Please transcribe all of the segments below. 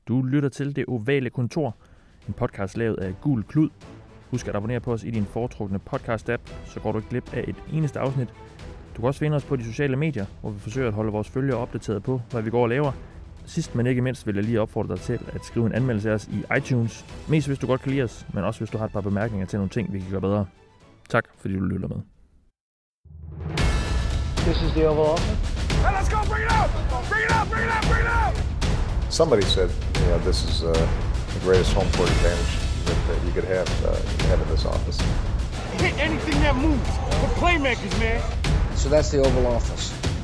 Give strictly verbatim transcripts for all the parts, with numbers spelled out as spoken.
Du lytter til Det Ovale Kontor, en podcast lavet af Gul Klud. Husk at abonnere på os i din foretrukne podcast-app, så går du ikke glip af et eneste afsnit. Du kan også finde os på de sociale medier, hvor vi forsøger at holde vores følgere opdateret på, hvad vi går og laver. Sidst men ikke mindst vil jeg lige opfordre dig til at skrive en anmeldelse af os i iTunes. Mest hvis du godt kan lide os, men også hvis du har et par bemærkninger til nogle ting, vi kan gøre bedre. Tak fordi du lytter med. This is the Oval Office. Hey, let's go! Bring it out! Bring it out! Bring it out! Bring it out! Somebody said, you know, this is uh, the greatest home court advantage that, that you could have, uh, you could have in this office. Hit anything that moves. We're playmakers, man. So that's the Oval Office.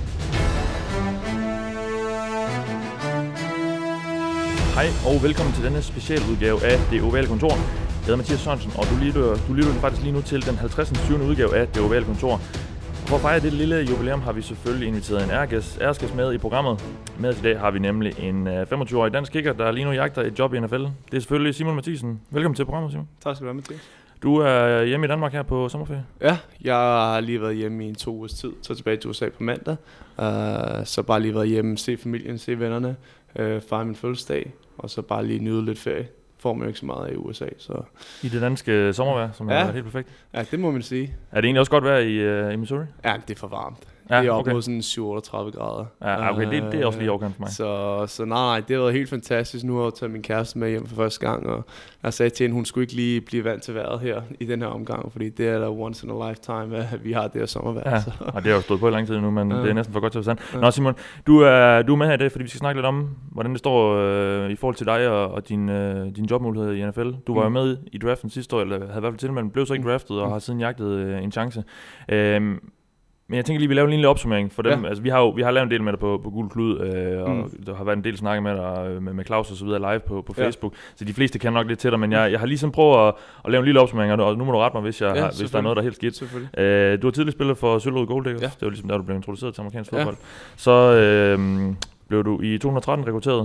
Hej og velkommen til denne specialudgave af Det Ovale Kontor. Jeg hedder Mathias Sørensen, og du lytter, du lytter faktisk lige nu til den halvtredsende syvende udgave af Det Ovale Kontor. For at fejre det lille jubilæum har vi selvfølgelig inviteret en æresgæst med i programmet. Med i dag har vi nemlig en femogtyve-årig dansk kicker, der lige nu jagter et job i N F L. Det er selvfølgelig Simon Mathisen. Velkommen til programmet, Simon. Tak skal du have, Mathias. Du er hjemme i Danmark her på sommerferie? Ja, jeg har lige været hjemme i en to ugers tid, så tilbage til U S A på mandag. Uh, så bare lige været hjemme, se familien, se vennerne, uh, fejre min fødselsdag, og så bare lige nyde lidt ferie. Får man jo ikke så meget af i U S A. Så. I det danske sommervejr, som ja. er helt perfekt. Ja, det må man sige. Er det egentlig også godt vejr i, uh, i Missouri? Ja, det er for varmt. Ja, det er op okay. mod sådan syv otteogtredive grader. Ja, okay, det, det er også lige overgang for mig. Så, så nej, nej, det har været helt fantastisk. Nu har jeg taget min kæreste med hjem for første gang, og jeg sagde til hende, hun skulle ikke lige blive vant til vejret her i den her omgang, fordi det er der once in a lifetime, at vi har det her sommervejr. Ja, så. og det har jo stået på i lang tid nu, men ja. Det er næsten for godt til at være sandt. Ja. Nå Simon, du er, du er med her i dag, fordi vi skal snakke lidt om, hvordan det står øh, i forhold til dig og, og din, øh, din jobmulighed i N F L. Du var jo mm. med i draften sidste år, eller havde i hvert fald til, men blev så ikke draftet og har siden jagtet øh, en chance. Øh, Men jeg tænker lige, vi laver en lille opsummering for dem. Ja. Altså, vi har jo vi har lavet en del med dig på, på Gul Klud, øh, og mm. der har været en del snakke med dig med, med Claus og så videre live på, på Facebook. Ja. Så de fleste kender nok lidt til dig, men jeg, jeg har lige sådan prøvet at, at lave en lille opsummering, og nu må du rette mig, hvis, jeg ja, har, hvis der er noget, der er helt skidt. Øh, du har tidligere spillet for Søllerød Gold Diggers. Ja. Det var ligesom der, du blev introduceret til amerikansk fodbold. Ja. Så øh, blev du i to tusind og tretten rekrutteret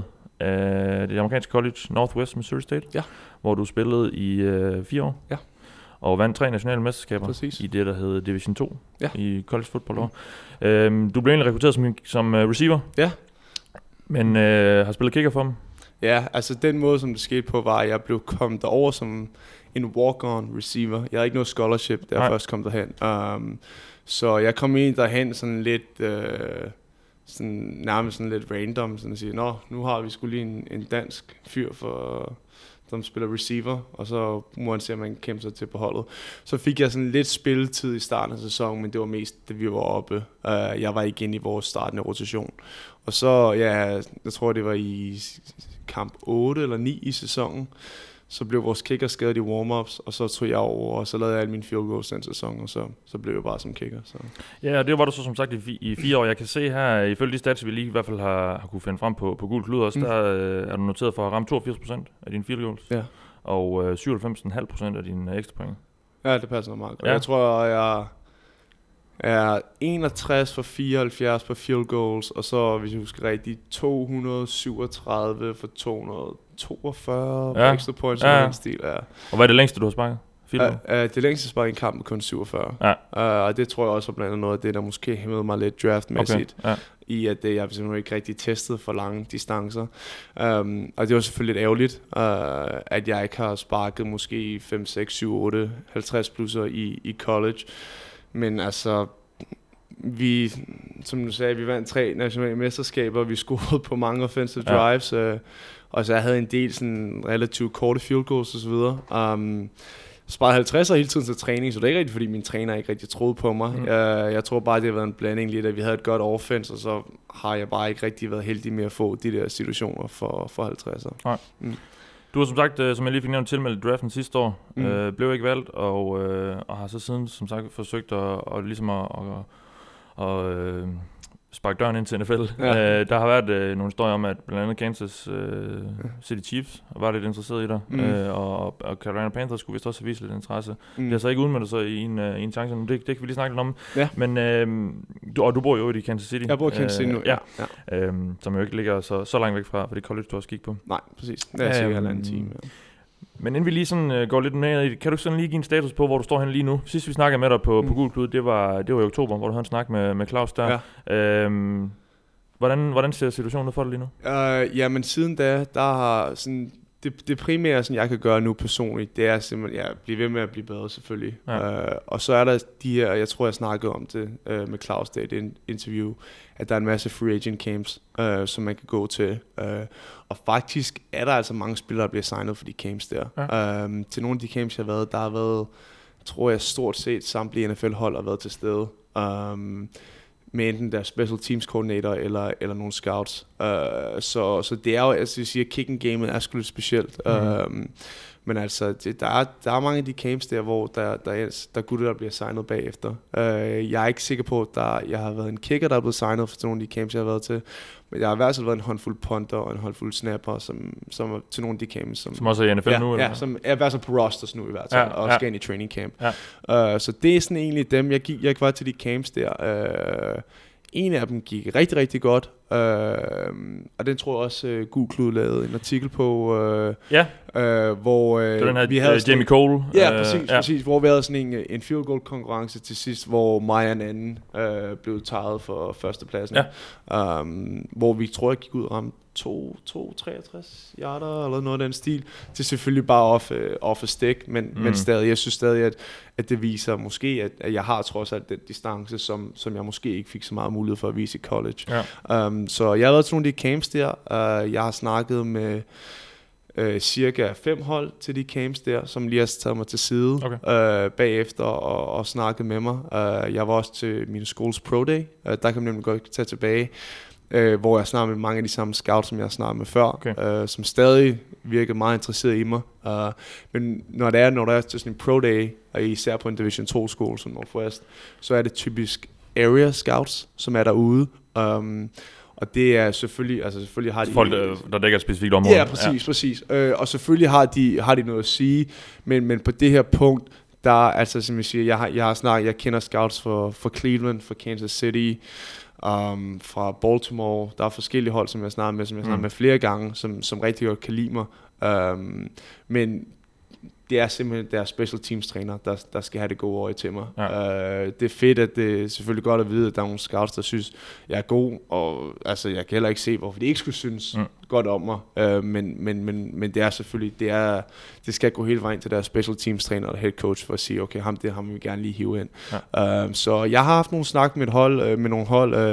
af det amerikanske college Northwest Missouri State, ja. Hvor du spillede i øh, fire år. Ja. Og vandt tre nationale mesterskaber. Præcis. I det, der hedder Division to ja. I college football. Mm. Øhm, du blev egentlig rekrutteret som, som uh, receiver, ja. Men uh, har spillet kicker for dem. Ja, altså den måde, som det skete på, var, at jeg blev kommet over som en walk-on receiver. Jeg havde ikke noget scholarship, da jeg Nej. først kom derhen. Um, så jeg kom ind derhen sådan lidt, uh, sådan, nærmest sådan lidt random, sådan at sige, nå, nu har vi sgu lige en, en dansk fyr for... som spiller receiver, og så må man se, om man kan kæmpe sig til på holdet. Så fik jeg sådan lidt spilletid i starten af sæsonen, men det var mest, da vi var oppe. Uh, jeg var ikke inde i vores startende rotation. Og så, ja, jeg tror, det var i kamp otte eller ni i sæsonen, så blev vores kicker skadet i warm-ups, og så tog jeg over, og så lavede jeg alle mine field goals den sæson, og så, så blev jeg bare som kicker. Så. Ja, og det var du så som sagt i, i fire år. Jeg kan se her, ifølge de stats, vi lige i hvert fald har, har kunne finde frem på, på Gul Klud også, mm. der øh, er du noteret for at ramme toogfirs procent af dine field goals, ja. Og øh, syvoghalvfems komma fem procent af dine ekstra point. Ja, det passer meget. Ja. Jeg tror, jeg er enogtres for fireoghalvfjerds på field goals, og så, hvis jeg husker rigtigt, to hundrede og syvogtredive for to hundrede og toogfyrre ja. På extra points ja. Og den stil. Ja. Og hvad er det længste, du har sparket? Uh, uh, det længste spark i en kamp er kun syvogfyrre. Ja. Uh, og det tror jeg også var blandt andet noget af det, der måske hæmmede mig lidt draftmæssigt. Okay. Ja. I at det, jeg simpelthen ikke rigtig testet for lange distancer. Um, og det var selvfølgelig lidt ærgerligt, uh, at jeg ikke har sparket måske fem, seks, syv, otte, halvtreds plusser i, i college. Men altså, vi, som du sagde, vi vandt tre nationale mesterskaber, vi scorede på mange offensive drives, ja. uh, og så jeg havde en del sådan relativt korte field goals og så videre. Um, Sparede halvtredser hele tiden til træning, så det er ikke rigtigt, fordi min træner ikke rigtig troede på mig. Mm. Jeg, jeg tror bare, det har været en blanding lidt, at vi havde et godt offense, og så har jeg bare ikke rigtig været heldig med at få de der situationer for, for halvtredser. Nej. Mm. Du har som sagt, som jeg lige fik nævnt, tilmeldt draften sidste år, mm. øh, blev ikke valgt, og, øh, og har så siden som sagt forsøgt at, og ligesom at, at, at øh, sparke døren ind til N F L. Ja. Øh, der har været øh, nogle historier om, at blandt andet Kansas øh, City Chiefs var lidt interesseret i dig, mm. øh, og, og Carolina Panthers skulle vist også have vist lidt interesse. Mm. Det har så ikke udmøntet sig i en, uh, i en chance, men det, det kan vi lige snakke lidt om. Ja. Men, øh, du, og du bor jo i Kansas City. Jeg bor i Kansas City nu, ja. ja. Øh, som jo ikke ligger så, så langt væk fra, fra det college, du også gik på. Nej, præcis. Det er sikkert halvanden time. Ja. Men inden vi lige sådan uh, går lidt ned i det, kan du sådan lige give en status på, hvor du står henne lige nu? Sidst vi snakkede med dig på, mm. på Gul Klud, det var, det var i oktober, hvor du havde en snak med, med Claus der. Ja. Øhm, Hvordan, hvordan ser situationen ud for dig lige nu? Uh, jamen siden da, der har sådan... Det, det primære, sådan, jeg kan gøre nu personligt, det er simpelthen ja, blive ved med at blive bedre selvfølgelig. Ja. Uh, og så er der de her, jeg tror jeg snakkede om det uh, med Claus i det interview, at der er en masse free agent camps, uh, som man kan gå til. Uh, og faktisk er der altså mange spillere, der bliver signet for de camps der. Ja. Uh, til nogle af de camps, jeg har været, der har været, tror jeg stort set samtlige N F L-hold har været til stede. Um, med enten der special teams coordinator eller eller nogle scouts. Uh, så så det er jo, altså jeg siger, kicking gamet er sgu lidt specielt. Mm. Uh, men altså det, der er der er mange af de camps der, hvor der der er der gutter der bliver signet bagefter. Uh, jeg er ikke sikker på, at der jeg har været en kicker der er blevet signet for nogle af de camps jeg har været til. Men jeg har i hvert fald været en håndfuld punter og en håndfuld snapper, som, som er til nogle af de camps. Som, som også er i N F L ja, nu? Eller? Ja, som er i hvert fald på rosters nu i hvert fald, ja, og ja. Skal ind i training camp. Ja. Uh, så det er sådan egentlig dem, jeg gik, jeg var til de camps der. Uh, en af dem gik rigtig, rigtig godt. Uh, og den tror jeg også, uh, Gul Klud lavede en artikel på. Uh, ja. Uh, hvor uh, den her, vi havde uh, Jamie Cole. Ja, uh, præcis, ja. præcis. Hvor vi havde sådan en, en field goal konkurrence til sidst, hvor mig og en anden uh, blev taget for førstepladsen. Ja. Um, hvor vi tror jeg gik ud og ramte to komma treogtres yarder eller noget af den stil. Det er selvfølgelig bare off, uh, off a stick, men, mm. men stadig, jeg synes stadig, at, at det viser måske, at, at jeg har trods alt den distance, som, som jeg måske ikke fik så meget mulighed for at vise i college. Ja. Um, så jeg har været til nogle af de camps der. Uh, jeg har snakket med uh, cirka fem hold til de camps der, som lige har taget mig til side okay. uh, bagefter og, og snakket med mig. Uh, jeg var også til min skoles pro day. Uh, der kan man nemlig godt tage tilbage. Uh, hvor jeg snakker med mange af de samme scouts, som jeg snakkede med før, okay. uh, som stadig virkede meget interesseret i mig. Uh, men når det er, når der er til sådan en pro day, og især på en Division to skole som Northwest, så er det typisk area scouts, som er derude. Um, og det er selvfølgelig, altså selvfølgelig har de... Folk, der, der dækker et specifikt område. Ja, præcis, ja. præcis. Uh, og selvfølgelig har de, har de noget at sige, men, men på det her punkt, der altså som jeg siger, jeg har, jeg har snakket, jeg kender scouts for, for Cleveland, for Kansas City, Um, fra Baltimore. Der er forskellige hold, som jeg snakker med, som jeg snakker mm. med flere gange, som, som rigtig godt kan lide mig. Um, men det er simpelthen deres special teams træner, der, der skal have det gode øje til mig. Ja. Uh, det er fedt, at det er selvfølgelig godt at vide, at der er nogle scouts, der synes, jeg er god, og altså, jeg kan heller ikke se, hvorfor de ikke skulle synes mm. godt om mig. Uh, men, men, men, men det er selvfølgelig, det, er, det skal gå hele vejen til deres special teams træner og head coach for at sige, okay, ham det ham vil vi gerne lige hive ind. Ja. Uh, så jeg har haft nogle snak med et hold, uh, med nogle hold. Uh,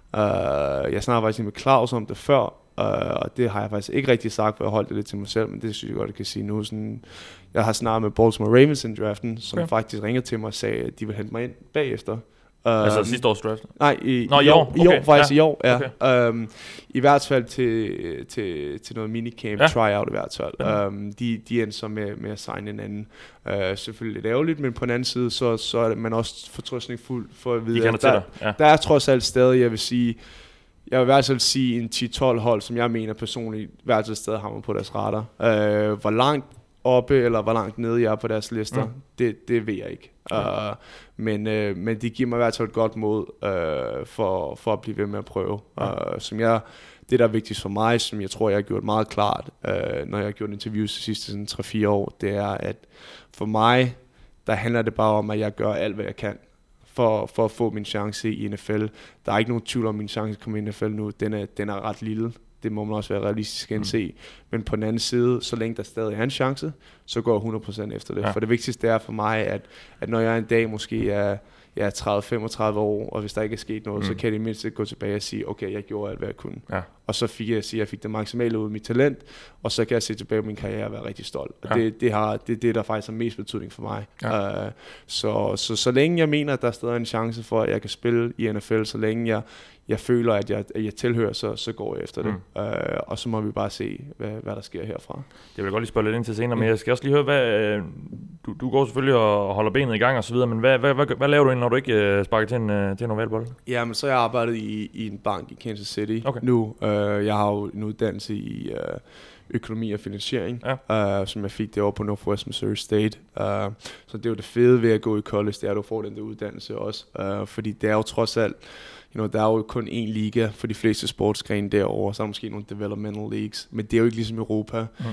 uh, jeg snakker faktisk med Claus om det før, Uh, og det har jeg faktisk ikke rigtig sagt, for jeg holdt det lidt til mig selv, men det synes jeg godt, jeg kan sige nu. Sådan, jeg har snakket med Baltimore Ravens i draften, som okay. faktisk ringede til mig og sagde, at de vil hente mig ind bagefter. Uh, altså sidste års draft? Nej, i, Nå, i, i år, år, i år faktisk ja. i år, ja. Okay. Um, I hvert fald til, til, til noget minicamp, ja. tryout i hvert fald. Ja. Um, de, de endte så med, med at signe en anden. Uh, selvfølgelig lidt ærgerligt, men på den anden side, så, så er man også fortrøstningsfuld for at vide, at der, ja. der er trods alt stadig, jeg vil sige, jeg vil i hvert fald sige en ti tolv hold, som jeg mener personligt, i hvert fald stadig har man på deres radar. Uh, hvor langt oppe eller hvor langt nede jeg er på deres lister, mm. det, det ved jeg ikke. Uh, men, uh, men de giver mig i hvert fald et godt mod uh, for, for at blive ved med at prøve. Uh, som jeg, det, der er vigtigst for mig, som jeg tror, jeg har gjort meget klart, uh, når jeg har gjort interviews de sidste sådan, tre fire år, det er, at for mig, der handler det bare om, at jeg gør alt, hvad jeg kan. For, for at få min chance i N F L. Der er ikke nogen tvivl om, min chance at komme i N F L nu. Den er, den er ret lille. Det må man også være realistisk at mm. se. Men på den anden side, så længe der stadig er en chance, så går jeg hundrede procent efter det. Ja. For det vigtigste er for mig, at, at når jeg en dag måske er ja, tredive til femogtredive år, og hvis der ikke er sket noget, mm. så kan jeg i mindst gå tilbage og sige, okay, jeg gjorde alt, hvad jeg kunne. Ja. Og så fik jeg, sige, jeg fik det maksimale ud af mit talent, og så kan jeg se tilbage på min karriere og være rigtig stolt. Og ja. det, det, har, det er det, der faktisk har mest betydning for mig. Ja. Uh, så, så så længe jeg mener, at der stadig er en chance for, at jeg kan spille i N F L, så længe jeg, jeg føler, at jeg, at jeg tilhører, så, så går jeg efter det. Mm. Uh, og så må vi bare se, hvad, hvad der sker herfra. Det vil jeg godt lige spørge lidt ind til senere, men jeg skal også lige høre, hvad, du, du går selvfølgelig og holder benet i gang og så videre, men hvad, hvad, hvad, hvad laver du, når du ikke uh, sparker til en, uh, til en ovalbold? Ja, men så har jeg arbejdet i, i en bank i Kansas City okay. nu. Uh, jeg har jo en uddannelse i uh, økonomi og finansiering, ja. uh, som jeg fik derovre på Northwest Missouri State. Uh, så det er jo det fede ved at gå i college, det er, at du får den der uddannelse også. Uh, fordi det er jo trods alt, you know, der er jo kun én liga for de fleste sportsgrene derovre, så er der måske nogle developmental leagues, men det er jo ikke ligesom Europa. Mm.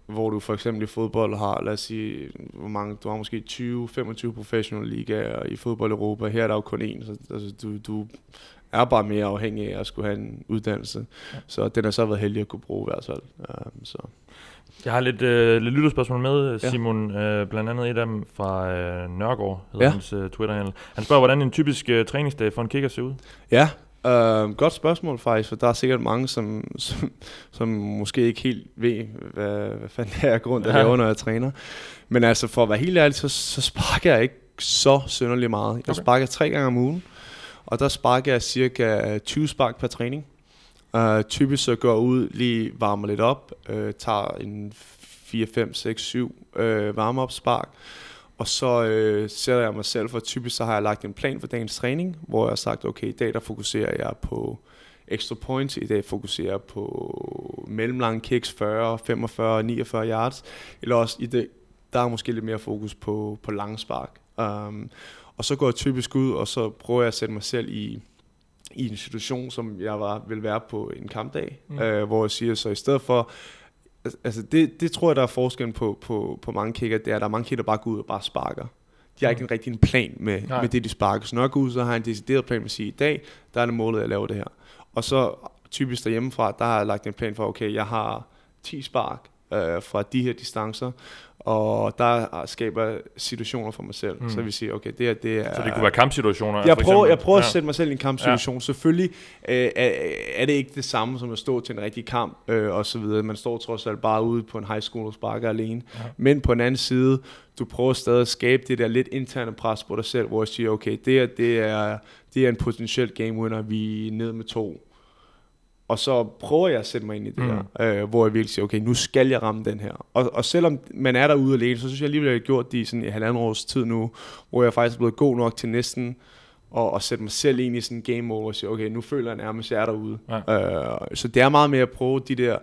hvor du for eksempel i fodbold har, lad os sige, hvor mange, du har måske tyve til femogtyve professionelle ligaer i fodbold i Europa. Her er der jo kun én, så altså, du, du er bare mere afhængig af at skulle have en uddannelse. Ja. Så den har så været heldig at kunne bruge i hvert fald. Um, så. Jeg har lidt, øh, lidt lytterspørgsmål med, Simon. Ja. Øh, blandt andet et af dem fra øh, Nørgaard, hedder ja. hans øh, Twitter-handle. Han spørger, hvordan en typisk øh, træningsdag for en kicker ser ud. Ja, øh, godt spørgsmål faktisk, for der er sikkert mange, som, som, som måske ikke helt ved, hvad, hvad fanden det er grund, der ja. laver, når jeg træner. Men altså, for at være helt ærlig, så, så sparker jeg ikke så synderligt meget. Jeg okay. sparker tre gange om ugen, og der sparker jeg cirka tyve spark per træning. Uh, typisk så går jeg ud, lige varmer lidt op, uh, tager en fire, fem, seks, syv uh, varme-op spark, og så uh, sætter jeg mig selv for, typisk så har jeg lagt en plan for dagens træning, hvor jeg har sagt, okay, i dag der fokuserer jeg på extra points, i dag fokuserer jeg på mellemlange kicks, fyrre, femogfyrre, niogfyrre yards, eller også i dag, der er måske lidt mere fokus på, på lange spark. Um, og så går jeg typisk ud, og så prøver jeg at sætte mig selv i i en situation, som jeg var, vil være på en kampdag, mm. øh, hvor jeg siger, så i stedet for, altså det, det tror jeg, der er forskellen på, på, på mange kicker, det er, at der er mange kicker, der bare går ud og bare sparker. De har mm. ikke en rigtig en plan med, med det, de sparker. Så når jeg går ud, så har jeg en decideret plan med at sige, i dag, der er det målet, at lave det her. Og så typisk derhjemmefra, der har jeg lagt en plan for, okay, jeg har ti spark øh, fra de her distancer, og der skaber situationer for mig selv. Mm. Så vi siger, okay, det, er, det er... Så det kunne være kampsituationer? Jeg prøver, jeg prøver ja. at sætte mig selv i en kampsituation. Ja. Selvfølgelig øh, er, er det ikke det samme, som at stå til en rigtig kamp, øh, og så videre. Man står trods alt bare ude på en high school og sparker alene. Ja. Men på den anden side, du prøver stadig at skabe det der lidt interne pres på dig selv, hvor jeg siger, okay, det er, det er, det er en potentiel game winner, vi er ned med to. Og så prøver jeg at sætte mig ind i det mm. her, øh, hvor jeg virkelig siger, okay, nu skal jeg ramme den her. Og, og selvom man er derude alene, så synes jeg alligevel, at jeg har gjort det i sådan en halvanden års tid nu, hvor jeg faktisk er blevet god nok til næsten at, at sætte mig selv ind i sådan en game mode, og sige, okay, nu føler jeg nærmest, at jeg er derude. Ja. Øh, så det er meget mere at prøve de der,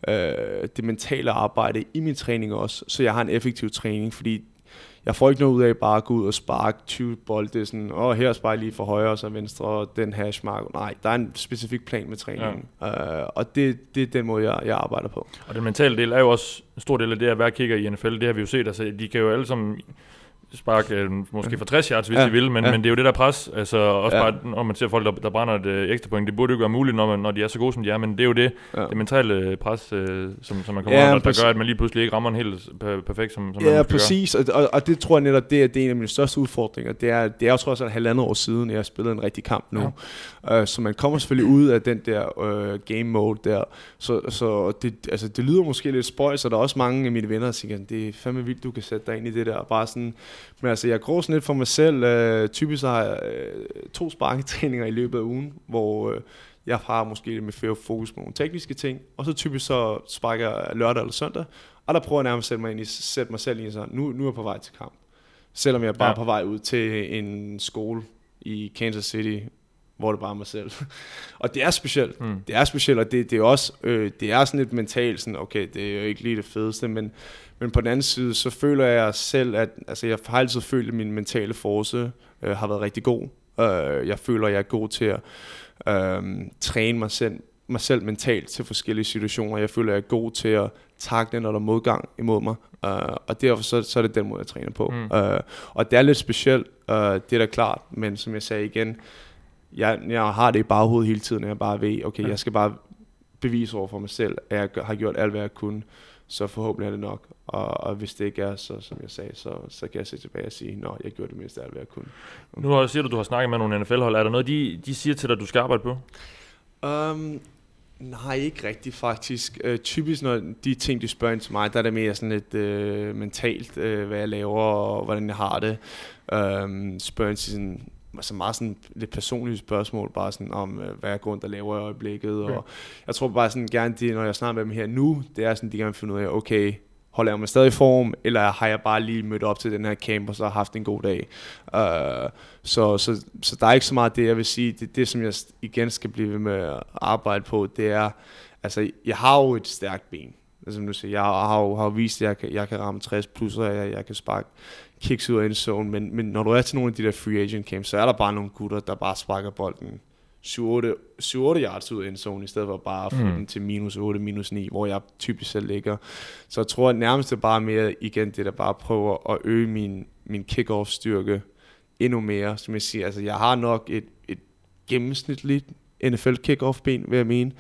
øh, det mentale arbejde i min træning også, så jeg har en effektiv træning, fordi jeg får ikke noget ud af bare at gå ud og sparke tyve bolde, sådan, åh, her sparker jeg lige for højre og så venstre, og den hashmark. Nej, der er en specifik plan med træningen, ja. uh, og det, det er den måde, jeg, jeg arbejder på. Og den mentale del er jo også en stor del af det at være kigger i N F L, det har vi jo set, altså de kan jo alle sammen sparke øh, måske for tres yards, hvis ja. de vil, men, ja. men det er jo det der pres, altså også ja. bare, når man ser folk, der, der brænder et øh, ekstra point, det burde jo ikke være muligt, når, man, når de er så gode, som de er, men det er jo det, ja. det mentale pres, øh, som, som man kommer ja, under, der gør, at man lige pludselig ikke rammer en helt per- perfekt, som, som ja, man præcis, og, og, og det tror jeg netop, det er, det er en af mine største udfordringer, det er, det er jo trods alt halvandet år siden, jeg har spillet en rigtig kamp nu, ja. uh, så man kommer selvfølgelig ud af den der uh, game mode der, så, så det, altså, det lyder måske lidt spøjs, og der er også mange af mine venner, der siger, det er fandme vildt, du kan sætte dig ind i det der, bare sådan, men altså, jeg går sådan lidt for mig selv. Øh, typisk har jeg øh, to sparketræninger i løbet af ugen, hvor øh, jeg har måske lidt mere fokus på nogle tekniske ting, og så typisk så sparker jeg lørdag eller søndag, og der prøver jeg nærmest at sætte mig, ind i, sætte mig selv ind i sådan, nu, nu er jeg på vej til kamp. Selvom jeg er bare ja. på vej ud til en skole i Kansas City, hvor det bare er mig selv. Og det er specielt. Mm. Det er specielt, og det, det er også, øh, det er sådan lidt mentalt, sådan, okay, det er jo ikke lige det fedeste, men, men på den anden side, så føler jeg selv, at altså, jeg har altid følt, at min mentale force øh, har været rigtig god. Øh, jeg føler, at jeg er god til at øh, træne mig selv, mig selv mentalt til forskellige situationer. Jeg føler, at jeg er god til at takle, når der er modgang imod mig. Uh, og derfor så, så er det den måde, jeg træner på. Mm. Uh, og det er lidt specielt, uh, det er da klart, men som jeg sagde igen, jeg, jeg har det i baghovedet hele tiden, jeg bare ved, okay, jeg skal bare bevise over for mig selv, at jeg har gjort alt, hvad jeg kunne, så forhåbentlig er det nok. Og, og hvis det ikke er, så som jeg sagde, så, så kan jeg se tilbage og sige, nå, jeg gjorde det mindste af alt, hvad jeg kunne. Nu siger du, du har snakket med nogle N F L-hold. Er der noget, de, de siger til dig, du skal arbejde på? Um, nej, ikke rigtigt faktisk. Uh, typisk, når de ting, de spørger ind til mig, der er det mere sådan lidt uh, mentalt, uh, hvad jeg laver og hvordan jeg har det. Um, spørger ind til sådan, altså meget sådan lidt personlige spørgsmål, bare sådan om, uh, hvad jeg går rundt og laver i øjeblikket. Okay. Og jeg tror bare sådan gerne, de, når jeg snakker med dem her nu, det er sådan, de gerne vil finde ud af, okay, holder jeg mig stadig i form, eller har jeg bare lige mødt op til den her camp, og så har haft en god dag. Uh, så, så, så der er ikke så meget det, jeg vil sige. Det, det, som jeg igen skal blive ved med at arbejde på, det er, altså, jeg har jo et stærkt ben. Som du siger, jeg har jo, har jo vist, at jeg kan, jeg kan ramme tres plus, og jeg, jeg kan sparke kicks ud af endzone, men, men når du er til nogle af de der free agent camps, så er der bare nogle gutter, der bare sparker bolden syv otte yards ud af endzone, i stedet for bare at få Mm. den til minus otte, minus ni, hvor jeg typisk selv ligger. Så jeg tror, at nærmest det bare mere igen det, der bare prøver at øge min, min kick-off-styrke endnu mere. Som jeg siger, altså jeg har nok et, et gennemsnitligt N F L kick-off-ben, vil jeg mene.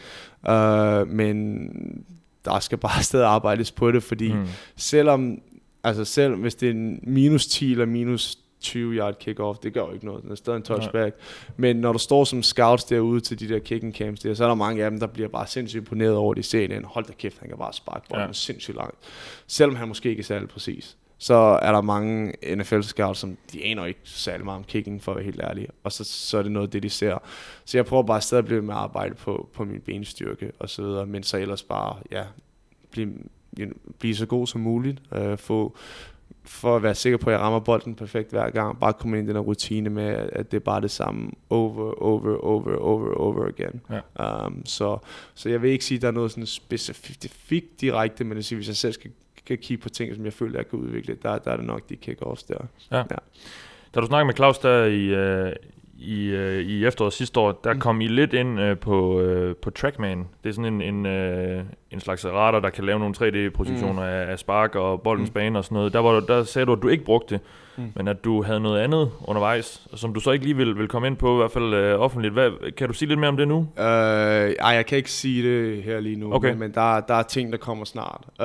Uh, men der skal bare stadig arbejdes på det, fordi mm. selvom, altså selv hvis det er en minus ti eller minus tyve yard kick-off, det gør jo ikke noget. Det er stadig en touchback. Nej. Men når du står som scouts derude til de der kicking camps der, så er der mange af dem, der bliver bare sindssygt imponeret over, de ser den. Hold da kæft, han kan bare sparke bolden ja. sindssygt langt. Selvom han måske ikke er særlig præcis. Så er der mange N F L-scouts, som de aner ikke særlig meget om kicking, for at være helt ærlig. Og så, så er det noget af det, de ser. Så jeg prøver bare stadig at blive med at arbejde på, på min benstyrke og så videre. Men så ellers bare, ja, blive, blive så god som muligt. Øh, få, for at være sikker på, at jeg rammer bolden perfekt hver gang. Bare komme ind i den her rutine med, at det er bare det samme over, over, over, over, over again. Ja. Um, så, så jeg vil ikke sige, at der er noget sådan specifikt direkte, men det siger, hvis jeg selv skal kan kigge på ting, som jeg føler, jeg kan udvikle, der, der er det nok de kick-offs der. Ja. Ja. Da du snakkede med Claus der i, øh, i, øh, i efteråret sidste år, der mm. kom I lidt ind øh, på, øh, på Trackman. Det er sådan en, en, øh, en slags radar, der kan lave nogle tre D-projektioner mm. af, af spark og boldens mm. bane og sådan noget. Der, var, der sagde du, at du ikke brugte det, mm. men at du havde noget andet undervejs, som du så ikke lige vil, vil komme ind på, i hvert fald øh, offentligt. Hvad, kan du sige lidt mere om det nu? Øh, ej, jeg kan ikke sige det her lige nu, okay. men, men der, der er ting, der kommer snart. Øh,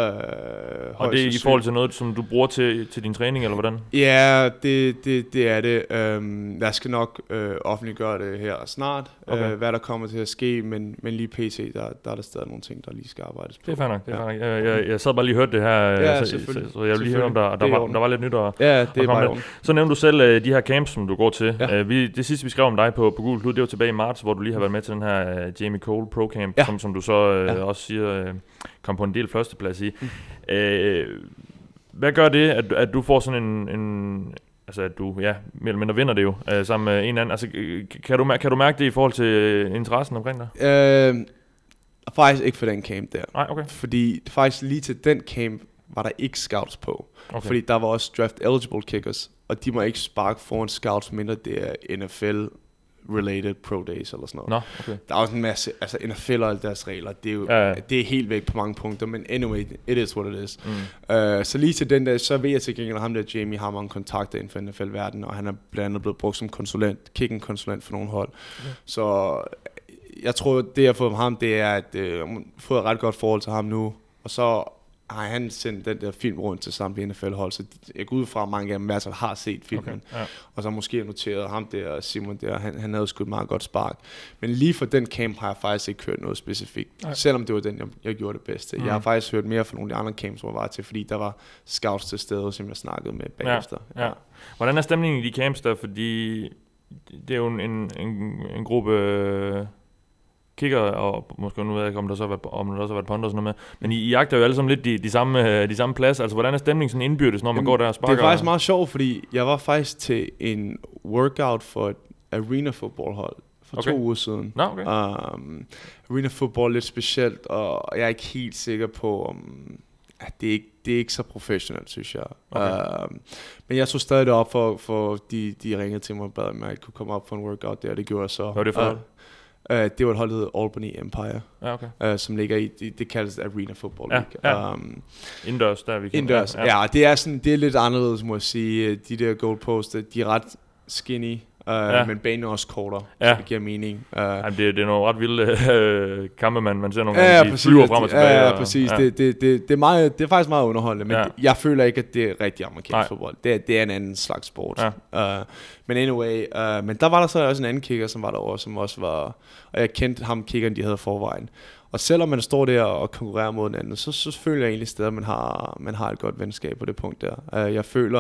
og det er i forhold til noget, som du bruger til, til din træning, eller hvordan? Ja, det, det, det er det. Øh, jeg skal nok øh, offentliggøre det her snart, okay. øh, hvad der kommer til at ske, men, men lige pt, der, der er der stadig nogle ting, der lige skal arbejdes på. Det er fair nok. Det er fair nok. Jeg, jeg, jeg sad bare lige og hørte det her, ja, så, så, så jeg vil lige høre, om der, der, var, der var lidt nyt at, ja, det er bare så nævnte du selv uh, de her camps, som du går til. Ja. Uh, vi, det sidste, vi skrev om dig på, på Google Klud, det var tilbage i marts, hvor du lige har været med til den her uh, Jamie Cole Pro Camp, ja. som, som du så uh, ja. også siger, uh, kom på en del førsteplads i. Mm. Uh, hvad gør det, at, at du får sådan en... en altså at du, ja, mere eller mindre vinder det jo, uh, sammen med en anden. Altså, kan du, kan du mærke det i forhold til uh, interessen omkring dig? Uh, faktisk ikke for den camp der. Nej, okay. Fordi faktisk lige til den camp var der ikke scouts på. Okay. Fordi der var også draft eligible kickers, og de må ikke sparke foran scouts, mindre det er N F L-related pro days eller sådan noget. Nå, okay. Der er også en masse, altså N F L og alle deres regler, det er jo ja, ja. det er helt væk på mange punkter, men anyway, it is what it is. Mm. Uh, så lige til den der, så ved jeg til gengæld, at ham der Jamie har mange kontakter inden for N F L-verdenen, og han er blandt andet blevet brugt som konsulent, kicking-konsulent for nogle hold. Okay. Så jeg tror, det jeg har fået med ham, det er, at jeg uh, har fået et ret godt forhold til ham nu, og så har han sendt den der film rundt til samtlige N F L-hold, så jeg går ud fra, at mange af dem i hvert fald har set filmen. Okay, ja. Og så måske noteret ham der, Simon der, han, han havde sgu et meget godt spark. Men lige for den camp har jeg faktisk ikke hørt noget specifikt, okay. selvom det var den, jeg, jeg gjorde det bedste. Mm. Jeg har faktisk hørt mere fra nogle af de andre camps, hvor jeg var til, fordi der var scouts til stede, som jeg snakkede med bagefter. Ja, ja. Ja. Hvordan er stemningen i de camps der? Fordi det er jo en, en, en, en gruppe... kigger, og måske nu ved jeg ikke, om der så har været, om der også har været ponder og sådan noget med, men I, I jagter jo alle sammen lidt de, de, samme, de samme pladser, altså hvordan er stemningen sådan indbyrdes, når man Jamen, går der og sparker? Det er faktisk meget sjovt, fordi jeg var faktisk til en workout for et arena football hold for okay. to uger siden. Nå, okay. um, arena football er lidt specielt, og jeg er ikke helt sikker på, om at det, er ikke, det er ikke så professionelt, synes jeg. Okay. Um, men jeg tog stadig det op, for, for de, de ringede til mig og bad, om jeg ikke kunne komme op for en workout der, det gjorde jeg så. Hvad var det for? Uh, Uh, det var et hold, der hedder Albany Empire, ja, okay. uh, som ligger i, det, det kaldes Arena Football League. Ja, ja. Um, indendørs, der vi kan. Indendørs, ja. ja. Det er, sådan, det er lidt anderledes, må jeg sige. De der goalposts, de er ret skinny, uh, ja. men banen er også kortere, ja. så det giver mening. Uh, Jamen, det, det er nogle ret vilde uh, kampe, man, man ser nogle gange, ja, de præcis, flyver frem og tilbage. Ja, ja præcis. Ja. Det, det, det, det, er meget, det er faktisk meget underholdende, men ja. jeg føler ikke, at det er rigtig amerikansk fodbold. Det, det er en anden slags sport. Ja. Uh, men anyway, uh, men der var der så også en anden kicker, som var derovre, som også var, og jeg kendte ham kickeren, de havde forvejen. Og selvom man står der og konkurrerer mod den anden, så, så føler jeg egentlig stadig, at man har, man har et godt venskab på det punkt der. Uh, jeg føler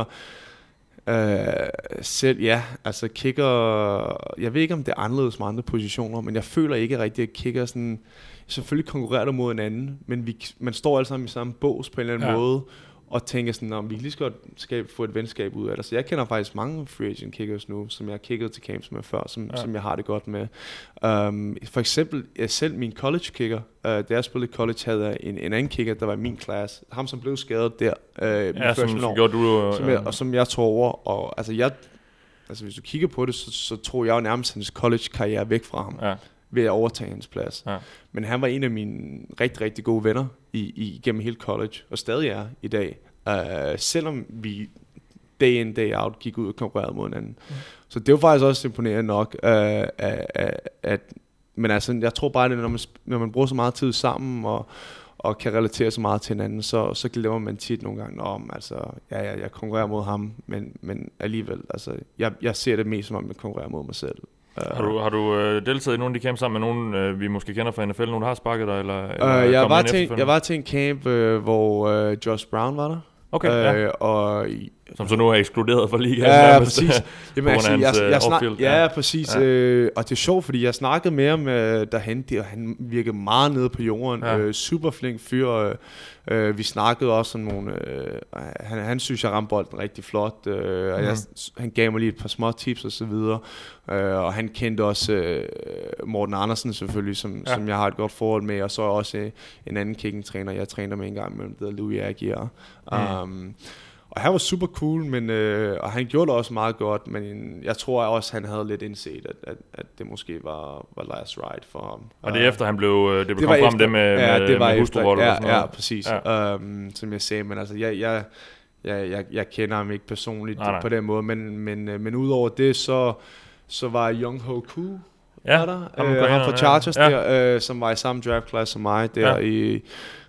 uh, selv, ja, altså kicker, jeg ved ikke, om det er anderledes med andre positioner, men jeg føler ikke rigtigt, at kicker sådan, selvfølgelig konkurrerer du mod en anden, men vi, man står alle sammen i samme bås på en eller anden ja. måde, og tænker sådan, om vi lige så godt skal få et venskab ud af det. Så jeg kender faktisk mange free agent kickers nu, som jeg har kigget til camps med før, som, ja. som jeg har det godt med. Um, for eksempel, jeg selv min college kicker, uh, da jeg spillede college, havde jeg en, en anden kicker, der var i min klasse. Ham, som blev skadet der. Uh, ja, som, som gjorde du... Som jeg, og som jeg tog over. Og, altså, jeg, altså hvis du kigger på det, så, så tror jeg jo nærmest hans college-karriere væk fra ham, ja. ved at overtage hans plads. Ja. Men han var en af mine rigtig, rigtig gode venner i, i, gennem hele college, og stadig er i dag. Uh, selvom vi day in, day out gik ud og konkurrerede mod hinanden. Mm. Så det var faktisk også imponerende nok, uh, at, at, men altså, jeg tror bare, at når man, når man bruger så meget tid sammen, og og kan relatere så meget til hinanden, så, så glemmer man tit nogle gange om, altså, ja, ja, jeg konkurrerer mod ham, men, men alligevel, altså, jeg, jeg ser det mest som om, jeg konkurrerer mod mig selv. Har du, har du øh, deltaget i nogle af de camps sammen med nogen, øh, vi måske kender fra N F L, nogen der har sparket dig, eller, eller øh, jeg, var til, jeg var til en camp, øh, hvor øh, Josh Brown var der. Okay, øh, ja. Og, som så nu er ekskluderet fra ligaen. Ja, ja, præcis. Jamen, altså, hans, jeg, jeg snak, ja, ja, præcis. Ja. Øh, og det er sjovt, fordi jeg snakkede med ham øh, derhen, og han virkede meget nede på jorden. Ja. Øh, super flink fyr. Øh, øh, vi snakkede også om nogle... Øh, han, han synes, jeg ramte bolden rigtig flot. Øh, mm. og jeg, han gav mig lige et par små tips og så videre. Øh, og han kendte også øh, Morten Andersen selvfølgelig, som, ja. som jeg har et godt forhold med. Og så også øh, en anden kicking-træner, jeg træner med en gang imellem, der hedder Louis Aguirre. Mm. Um, Og han var super cool, men, øh, og han gjorde det også meget godt, men jeg tror også, han havde lidt indset, at, at, at det måske var, var last ride for ham. Og det er efter, han blev, det blev det kom frem det med, ja, med, det var med hustruvold ja, og sådan noget. Ja, præcis. Ja. Um, som jeg sagde, men altså, jeg, jeg, jeg, jeg, jeg kender ham ikke personligt nej, nej. på den måde, men, men, men udover det, så, så var Young Ho Koo ja, der, ham, øh, ham fra Chargers ja. der, øh, som var i samme draft class som mig der ja. i...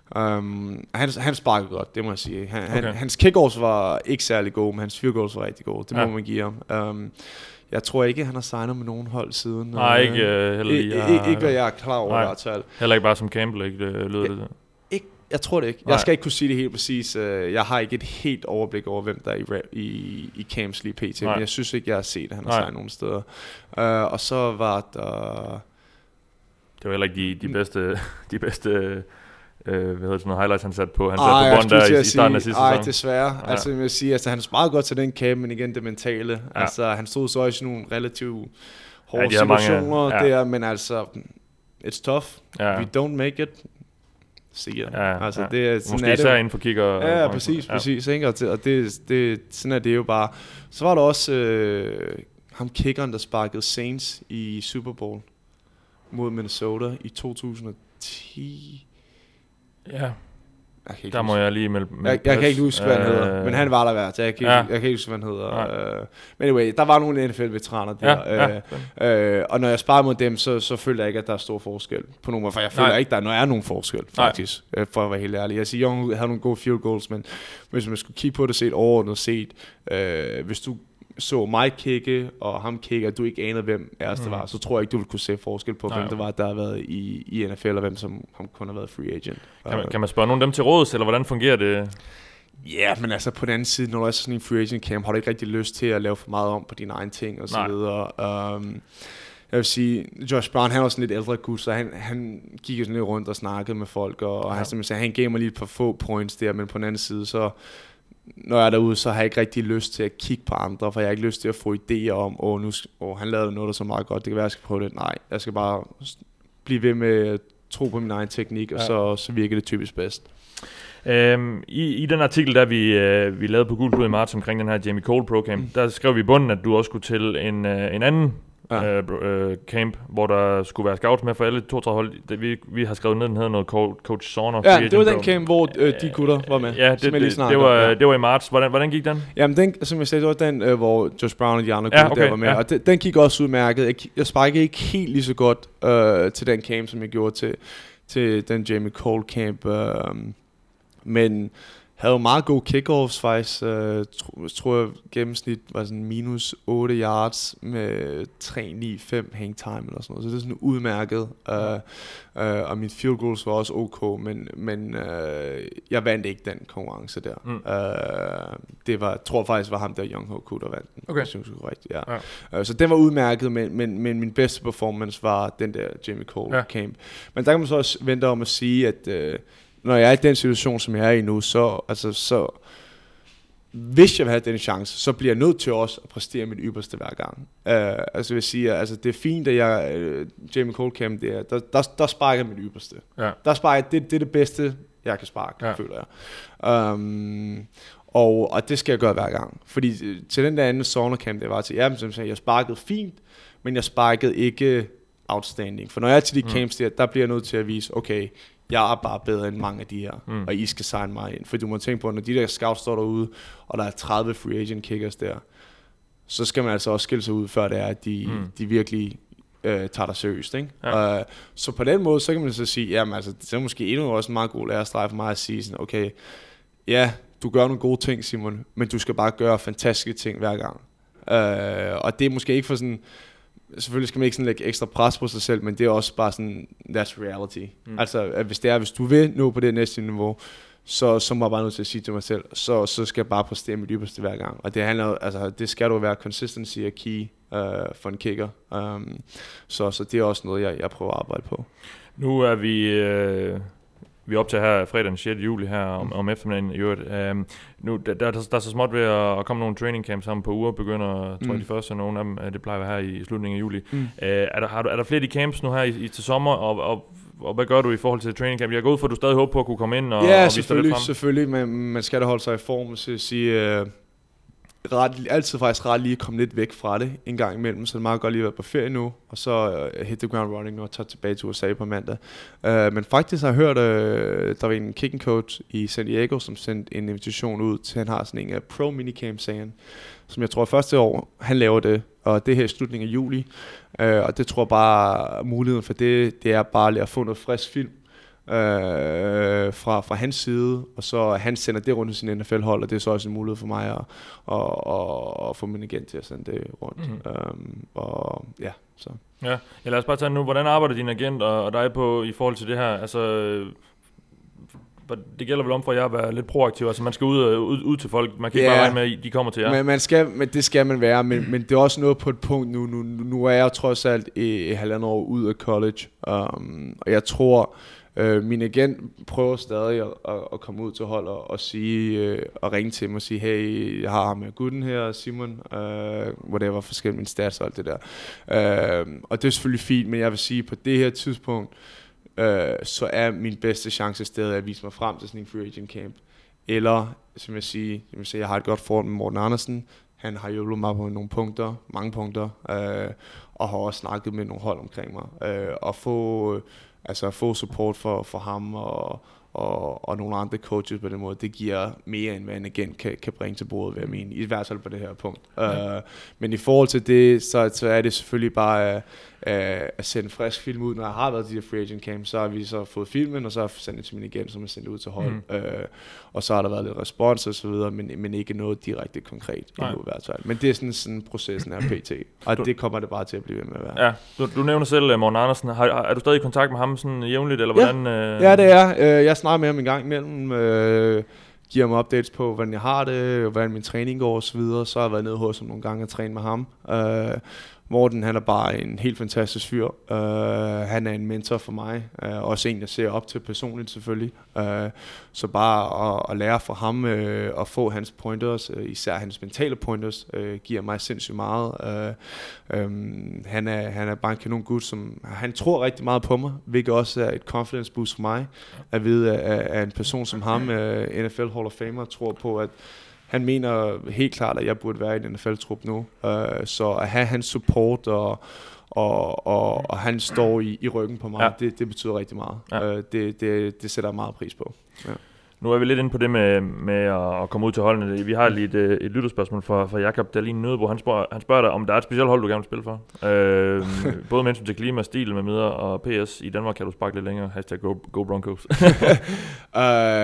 Um, han, han sparkede godt, det må jeg sige. Han, okay. han, hans kickoffs var ikke særlig gode, men hans field goals var rigtig gode. Det ja. må man give ham. Um, jeg tror ikke, han har signet med nogen hold siden. Nej, ikke uh, heller lige. I, ikke, ikke hvad jeg er klar over i hvert fald. Heller ikke bare som Campbell, ikke? Det lød det. Ikke, jeg tror det ikke. Nej. Jeg skal ikke kunne sige det helt præcis. Jeg har ikke et helt overblik over, hvem der er i, i, i camps lige pt. Men jeg synes ikke, jeg har set, at han har signet nogen steder. Uh, og så var der... Det var heller ikke de, de bedste... De bedste Uh, hvad hedder det, sådan noget highlights, han satte på. Han satte på bånd der i, i starten af sidste sæson. Ej, desværre. Ja. Altså, jeg vil sige, altså, han er meget godt til den camp, men igen, det mentale. Ja. Altså, han stod så også i nogle relativt hårde ja, situationer mange, ja. der, men altså, it's tough. Ja. We don't make it. Siger ja, altså, ja. det er sådan måske især inden for kigger. Ja, ja, præcis, ja. præcis. Ikke? Og, det, og det, det, sådan er det jo bare. Så var der også øh, ham kickeren, der sparkede Saints i Super Bowl mod Minnesota i to tusind og ti. Ja, der må jeg lige melde, melde jeg, jeg kan ikke huske, hvad han hedder, men han var der værd, så jeg kan, ja. jeg kan ikke huske, hvad han hedder. Uh, men anyway, der var nogle N F L-veteraner der, ja, ja. Uh, og når jeg sparede mod dem, så, så følte jeg ikke, at der er stor forskel på nogen, for jeg føler Nej. ikke, at der er nogen forskel, faktisk, uh, for at være helt ærlig. Jeg siger, Young havde nogle gode field goals, men hvis man skulle kigge på det set overordnet set, uh, hvis du så mig kigge, og ham kigge, og du ikke anede, hvem af os det var, så tror jeg ikke, du ville kunne se forskel på, hvem Nej, det var, der har været i, i N F L, og hvem som kun har været free agent. Kan man, kan man spørge nogen af dem til råds, eller hvordan fungerer det? Ja, yeah, men altså på den anden side, når du er sådan en free agent camp, har du ikke rigtig lyst til at lave for meget om på dine egne ting, og så Nej. videre. Um, jeg vil sige, Josh Brown, han var sådan lidt ældre gut, så han, han gik sådan lidt rundt og snakkede med folk, og, og ja. han, som jeg sagde, han gav mig lige et par få points der, men på den anden side, så når jeg er derude, så har jeg ikke rigtig lyst til at kigge på andre, for jeg har ikke lyst til at få idéer om, åh, oh, nu, oh, han lavede noget, der så meget godt, det kan være, jeg skal prøve det. Nej, jeg skal bare blive ved med at tro på min egen teknik, og ja. så, så virker det typisk bedst. Øhm, i, I den artikel, der vi, øh, vi lavede på Gul Klud i marts omkring den her Jamie Cole Pro Camp, mm. der skrev vi i bunden, at du også skulle til en, øh, en anden ja. øh, øh, camp, hvor der skulle være scouts med for alle toogtredive hold. Det, vi, vi har skrevet ned, den hedder noget coach, coach Saunders. Ja, det var den camp, hvor øh, de gutter var med. Ja, det, det, det, det, var, ja. det var i marts. Hvordan, hvordan gik den? Jamen, den, som jeg sagde, det var den, øh, hvor Josh Brown og de andre gutter ja, okay, der var med. Ja. Og den, den gik også udmærket. Jeg, jeg sparkede ikke helt lige så godt øh, til den camp, som jeg gjorde til, til den Jamie Cole camp. Øh, men havde meget gode kickoffs faktisk. Jeg uh, tror jeg gennemsnit var sådan minus otte yards med tre ni fem hang time eller sådan noget. Så det er sådan udmærket. Uh, uh, og mit field goals var også ok, men, men uh, jeg vandt ikke den konkurrence der. Mm. Uh, det var, tror jeg faktisk var ham der, Young Ho Koo, der vandt den. Okay. Jeg synes, det var rigtigt, ja. Ja. Uh, så den var udmærket, men, men, men min bedste performance var den der Jamie Cole ja. camp. Men der kan man så også vente om at sige, at uh, når jeg er i den situation, som jeg er i nu, så, altså, så hvis jeg vil have den chance, så bliver jeg nødt til også at præstere mit ypperste hver gang. Uh, altså jeg vil sige, altså det er fint, at jeg, uh, Jamie Cole camp, det er, der, der, der sparker jeg mit ypperste. Ja. Der sparker det, det er det bedste, jeg kan sparke, ja. føler jeg. Um, og, og det skal jeg gøre hver gang. Fordi til den der anden sauna camp, det var til, ja, som jeg, jeg sparkede fint, men jeg sparkede ikke outstanding. For når jeg er til de mm. camps der, der bliver jeg nødt til at vise, okay, jeg er bare bedre end mange af de her, mm. og I skal signe mig ind. For du må tænke på, når de der scouts står derude, og der er tredive free agent kickers der, så skal man altså også skille sig ud, før det er, at de, mm. de virkelig øh, tager dig seriøst. Ikke? Ja. Uh, så på den måde, så kan man så sige, jamen altså, det er måske endnu også en meget god lærestreg for mig at sige sådan, okay, ja, du gør nogle gode ting, Simon, men du skal bare gøre fantastiske ting hver gang. Uh, og det er måske ikke for sådan, selvfølgelig skal man ikke sådan lægge ekstra pres på sig selv, men det er også bare sådan, that's reality. Mm. Altså, at hvis det er, hvis du vil nå på det næste niveau, så, så må jeg bare nødt til at sige til mig selv, så, så skal jeg bare præstere mit dybeste hver gang. Og det handler, altså, det skal du være, consistency er key uh, for en kicker. Um, så, så det er også noget, jeg, jeg prøver at arbejde på. Nu er vi... Øh Vi er op til her fredag den sjette juli her om, om eftermiddagen i øvrigt. Um, nu, der, der, der er så småt ved at komme nogle training camps sammen på uger, begynder, tror jeg, de første, og nogle af dem, det plejer at være her i slutningen af juli. Mm. Uh, er, der, har du, er der flere de camps nu her i, i til sommer, og, og, og hvad gør du i forhold til training camp? Jeg går ud for, at du stadig håber på at kunne komme ind og, ja, og vise selvfølgelig, dig lidt frem. selvfølgelig, men man skal da holde sig i form, så at sige... Uh Ret, altid faktisk ret lige at komme lidt væk fra det en gang imellem, så det er meget godt lige at være på ferie nu, og så uh, hit the ground running og tage tilbage til U S A på mandag. Uh, men faktisk har jeg hørt, uh, der var en kicking coach i San Diego, som sendte en invitation ud til, han har sådan en uh, pro minicamp, sagde han, som jeg tror første år, han laver det, og det her i slutningen af juli, uh, og det tror jeg bare, muligheden for det, det er bare at få noget frisk film, Øh, fra, fra hans side, og så han sender det rundt i sin N F L-hold, og det er så også en mulighed for mig at, at, at, at få min agent til at sende det rundt. Mm-hmm. Um, og ja, så. Ja, ja, lad os bare tage nu, hvordan arbejder din agent og, og dig på i forhold til det her? Altså, det gælder vel om for jer at være lidt proaktiv, altså man skal ud, ud, ud til folk, man kan ikke yeah. bare regne med, at de kommer til jer. Men, man skal, men det skal man være, men, men det er også noget på et punkt nu, nu, nu er jeg trods alt i, i halvandet år ud af college, um, og jeg tror, Uh, min agent prøver stadig at, at, at komme ud til hold og, og sige uh, og ringe til mig og sige, hey, jeg har ham med gutten her, Simon, uh, whatever, forskellige mine stats og alt det der. Uh, og det er selvfølgelig fint, men jeg vil sige, på det her tidspunkt, uh, så er min bedste chance stadig at vise mig frem til sådan en free agent camp. Eller, som jeg siger, jeg, vil sige, jeg har et godt forhold med Morten Andersen. Han har hjulpet mig på nogle punkter, mange punkter, uh, og har også snakket med nogle hold omkring mig. Uh, og få... Uh, Altså at få support for, for ham og, og, og nogle andre coaches på den måde, det giver mere end hvad en agent kan, kan bringe til bordet, vil jeg mene, i hvert fald på det her punkt. Ja. Uh, men i forhold til det, så, så er det selvfølgelig bare uh, uh, at sende frisk film ud. Når jeg har været til de der free agent camps, så har vi så fået filmen, og så har jeg sendt det til min agent, som er sendt ud til hold. Mm. Uh, og så har der været lidt respons og så videre, men, men ikke noget direkte konkret endnu i hvert fald. Men det er sådan, sådan processen af P T, og du, det kommer det bare til at blive ved med at være. Ja, du, du nævner selv uh, Morten Andersen. Har, er du stadig i kontakt med ham sådan jævnligt, eller hvordan? Ja, uh... ja det er. Uh, jeg snakker med ham en gang imellem, uh, giver mig updates på, hvordan jeg har det, hvordan min træning går og så videre. Så har jeg været nede hos ham nogle gange og trænet med ham. Uh, Morten, han er bare en helt fantastisk fyr. Uh, han er en mentor for mig. Uh, også en, jeg ser op til personligt selvfølgelig. Uh, så bare at, at lære fra ham uh, og få hans pointers, uh, især hans mentale pointers, uh, giver mig sindssygt meget. Uh, um, han, er, han er bare en kanon gut, som han tror rigtig meget på mig, hvilket også er et confidence boost for mig. At vide, at, at en person som ham, uh, N F L Hall of Famer, tror på, at han mener helt klart, at jeg burde være i en N F L-trup nu. Uh, så at have hans support, og, og, og, og han står i, i ryggen på mig, ja. det, det betyder rigtig meget. Ja. Uh, det, det, det sætter jeg meget pris på. Ja. Nu er vi lidt inde på det med, med at komme ud til holdene. Vi har lige et, et lytterspørgsmål fra, fra Jakob Dahlin Nødebo. Han spørger, han spørger dig, om der er et specielt hold, du gerne vil spille for. Øh, både med hensyn til klima, stil med videre, og P S i Danmark kan du sparke lidt længere. Hashtag Go, go Broncos. uh,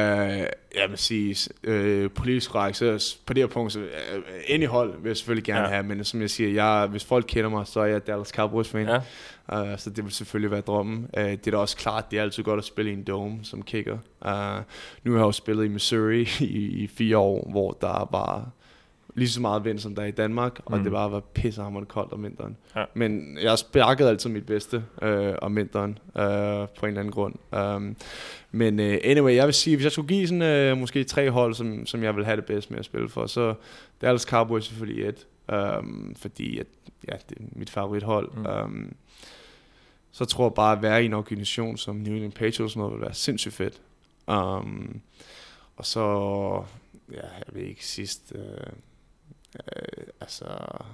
jeg vil sige, øh, politisk række, så på det her punkt, så øh, ind i hold vil jeg selvfølgelig gerne ja. have, men som jeg siger, jeg, hvis folk kender mig, så er jeg Dallas Cowboys fan. Ja. Uh, så det vil selvfølgelig være drømmen. Uh, det er da også klart, det er altid godt at spille i en dome som kicker. Uh, nu har jeg jo spillet i Missouri i, i fire år, hvor der var lige så meget vind, som der er i Danmark, og mm. det bare var pissehammerende koldt om vinteren. Ja. Men jeg sparkede altid mit bedste uh, om vinteren, uh, på en eller anden grund. Um, men uh, anyway, jeg vil sige, hvis jeg skulle give sådan uh, måske tre hold, som, som jeg vil have det bedst med at spille for, så Dallas Cowboys selvfølgelig et, um, fordi at, ja, det er mit favorithold. Mm. Um, Så tror jeg bare, at være i en organisation som New England Patriots noget vil være sindssygt fedt. Um, og så, ja, jeg ved ikke sidst, øh, øh, altså,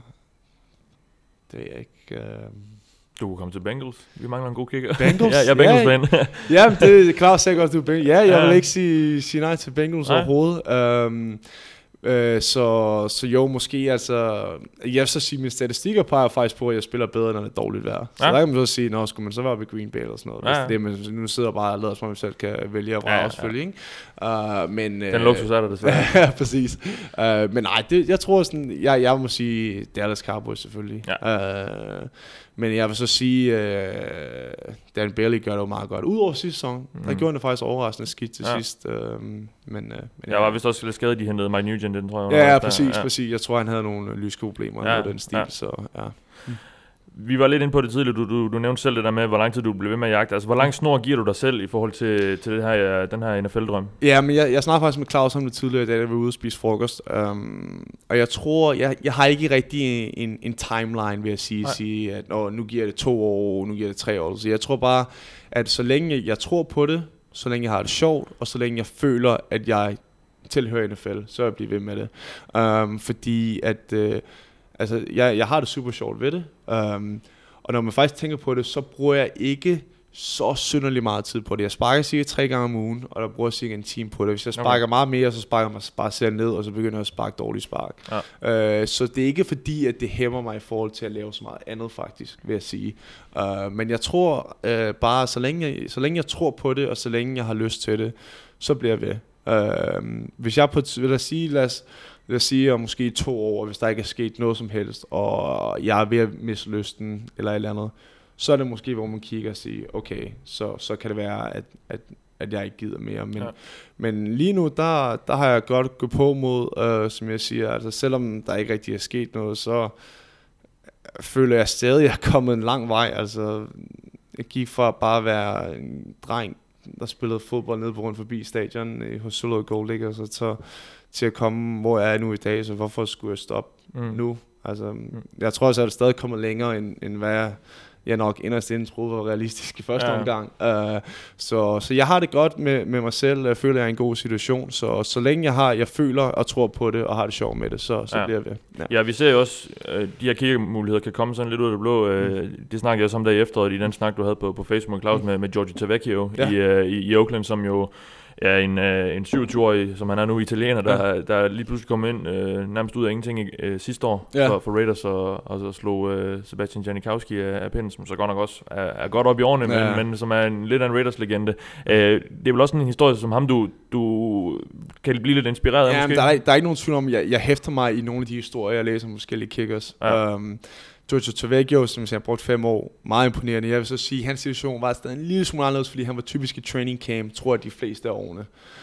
det ved jeg ikke. Øh. Du kunne komme til Bengals. Vi mangler en god kicker. Bengals? ja, jeg er Bengals-fan. Ja, det er klart sikkert godt, du er Bengals. Ja, jeg ja. vil ikke sige, sige nej til Bengals nej. overhovedet. Um, Øh, så, så jo, måske altså, jeg vil så sige, mine statistikker peger faktisk på, at jeg spiller bedre, når det er dårligt vejr. Så ja. der kan man så sige, nå, skulle man så være ved Green Bay eller sådan noget. Ja, ja. Det, men nu sidder jeg bare og lader, som man selv kan vælge at vrage ja, ja. selvfølgelig, ikke? Uh, men, Den uh, luksus er der desværre. Ja, præcis. Uh, men nej, det, jeg tror sådan, jeg, jeg må sige, Dallas Cowboys selvfølgelig. Ja. Uh, men jeg vil så sige, uh, Dan Bailey gør det jo meget godt. Udover sidste sæson, mm. der gjorde det faktisk overraskende skidt til ja. sidst. Uh, men, uh, men jeg var vist også lidt skadet, de hentede Mike Nugent, den tror jeg. Ja, ja, præcis, ja. præcis. Jeg tror, han havde nogle lyskeproblemer ja, den stil, ja. så ja. Mm. Vi var lidt inde på det tidligere. Du, du, du nævnte selv det der med, hvor lang tid du blev ved med at jagte. Altså, hvor lang snor giver du dig selv i forhold til, til det her, den her N F L-drøm? Ja, men jeg, jeg snakkede faktisk med Claus om det tidligere i dag, da vi var ude og spise frokost. Um, og jeg tror, jeg, jeg har ikke rigtig en, en timeline, vil jeg sige, sige at Nå, nu giver det to år, nu giver det tre år. Så jeg tror bare, at så længe jeg tror på det, så længe jeg har det sjovt, og så længe jeg føler, at jeg tilhører N F L, så jeg bliver ved med det. Um, fordi at uh, altså, jeg, jeg har det super sjovt ved det. Um, og når man faktisk tænker på det, så bruger jeg ikke så synderligt meget tid på det. Jeg sparker cirka tre gange om ugen, og der bruger jeg cirka en time på det. Hvis jeg sparker okay. meget mere, så sparker jeg bare selv ned, og så begynder jeg at sparke dårligt spark. Ja. Uh, så det er ikke fordi, at det hæmmer mig i forhold til at lave så meget andet faktisk, vil jeg sige. Uh, men jeg tror uh, bare, så længe jeg, så længe jeg tror på det, og så længe jeg har lyst til det, så bliver jeg ved. Uh, hvis jeg på, vil jeg sige, lad os, lad os sige om måske to år, hvis der ikke er sket noget som helst, og jeg er ved at miste lysten, eller et eller andet, så er det måske, hvor man kigger og siger, okay, så, så kan det være, at, at, at jeg ikke gider mere. Men, ja. men lige nu, der, der har jeg godt gået på mod, uh, som jeg siger, altså selvom der ikke rigtig er sket noget, så føler jeg stadig, at jeg er kommet en lang vej. Altså, jeg gik fra bare at være en dreng, der spillede fodbold nede på rundt forbi stadion hos Solrød Gold, ikke? Og så til, til at komme, hvor jeg er nu i dag, så hvorfor skulle jeg stoppe mm. nu? Altså, mm. jeg tror også, at jeg er stadig kommet længere, end, end hvad jeg, jeg nok inderst inden troede var realistisk i første ja. omgang. Uh, så, så jeg har det godt med, med mig selv, jeg føler, jeg er i en god situation, så så længe jeg har, jeg føler og tror på det, og har det sjovt med det, så, så ja. bliver jeg ved. Ja. ja, vi ser jo også, uh, de her kiggemuligheder kan komme sådan lidt ud af det blå. Uh, mm. Det snakkede jeg også om der i efteråret, i den snak, du havde på, på Facebook, Claus, mm. med, med Giorgio Tavecchio ja. i, uh, i, i Oakland, som jo er en, uh, en syvogtyve-årig, som han er nu, italiener, der, ja. der lige pludselig kom ind uh, nærmest ud af ingenting uh, sidste år ja. for, for Raiders, og, og så slog uh, Sebastian Janikowski af, af pinden, som så godt nok også er, er godt op i årene, ja. men, men som er en, lidt af en Raiders-legende. Uh, det er vel også en historie som ham, du, du kan blive lidt inspireret af, ja, måske? Der er, der er ikke nogen tvivl om, jeg, jeg hæfter mig i nogle af de historier, jeg læser om forskellige kickers. Ja. Um, Giorgio Tavecchio, som jeg har brugt fem år, meget imponerende. Jeg vil så sige, at hans situation var stadig en lille smule anderledes, fordi han var typisk i training camp, tror jeg, de fleste af årene.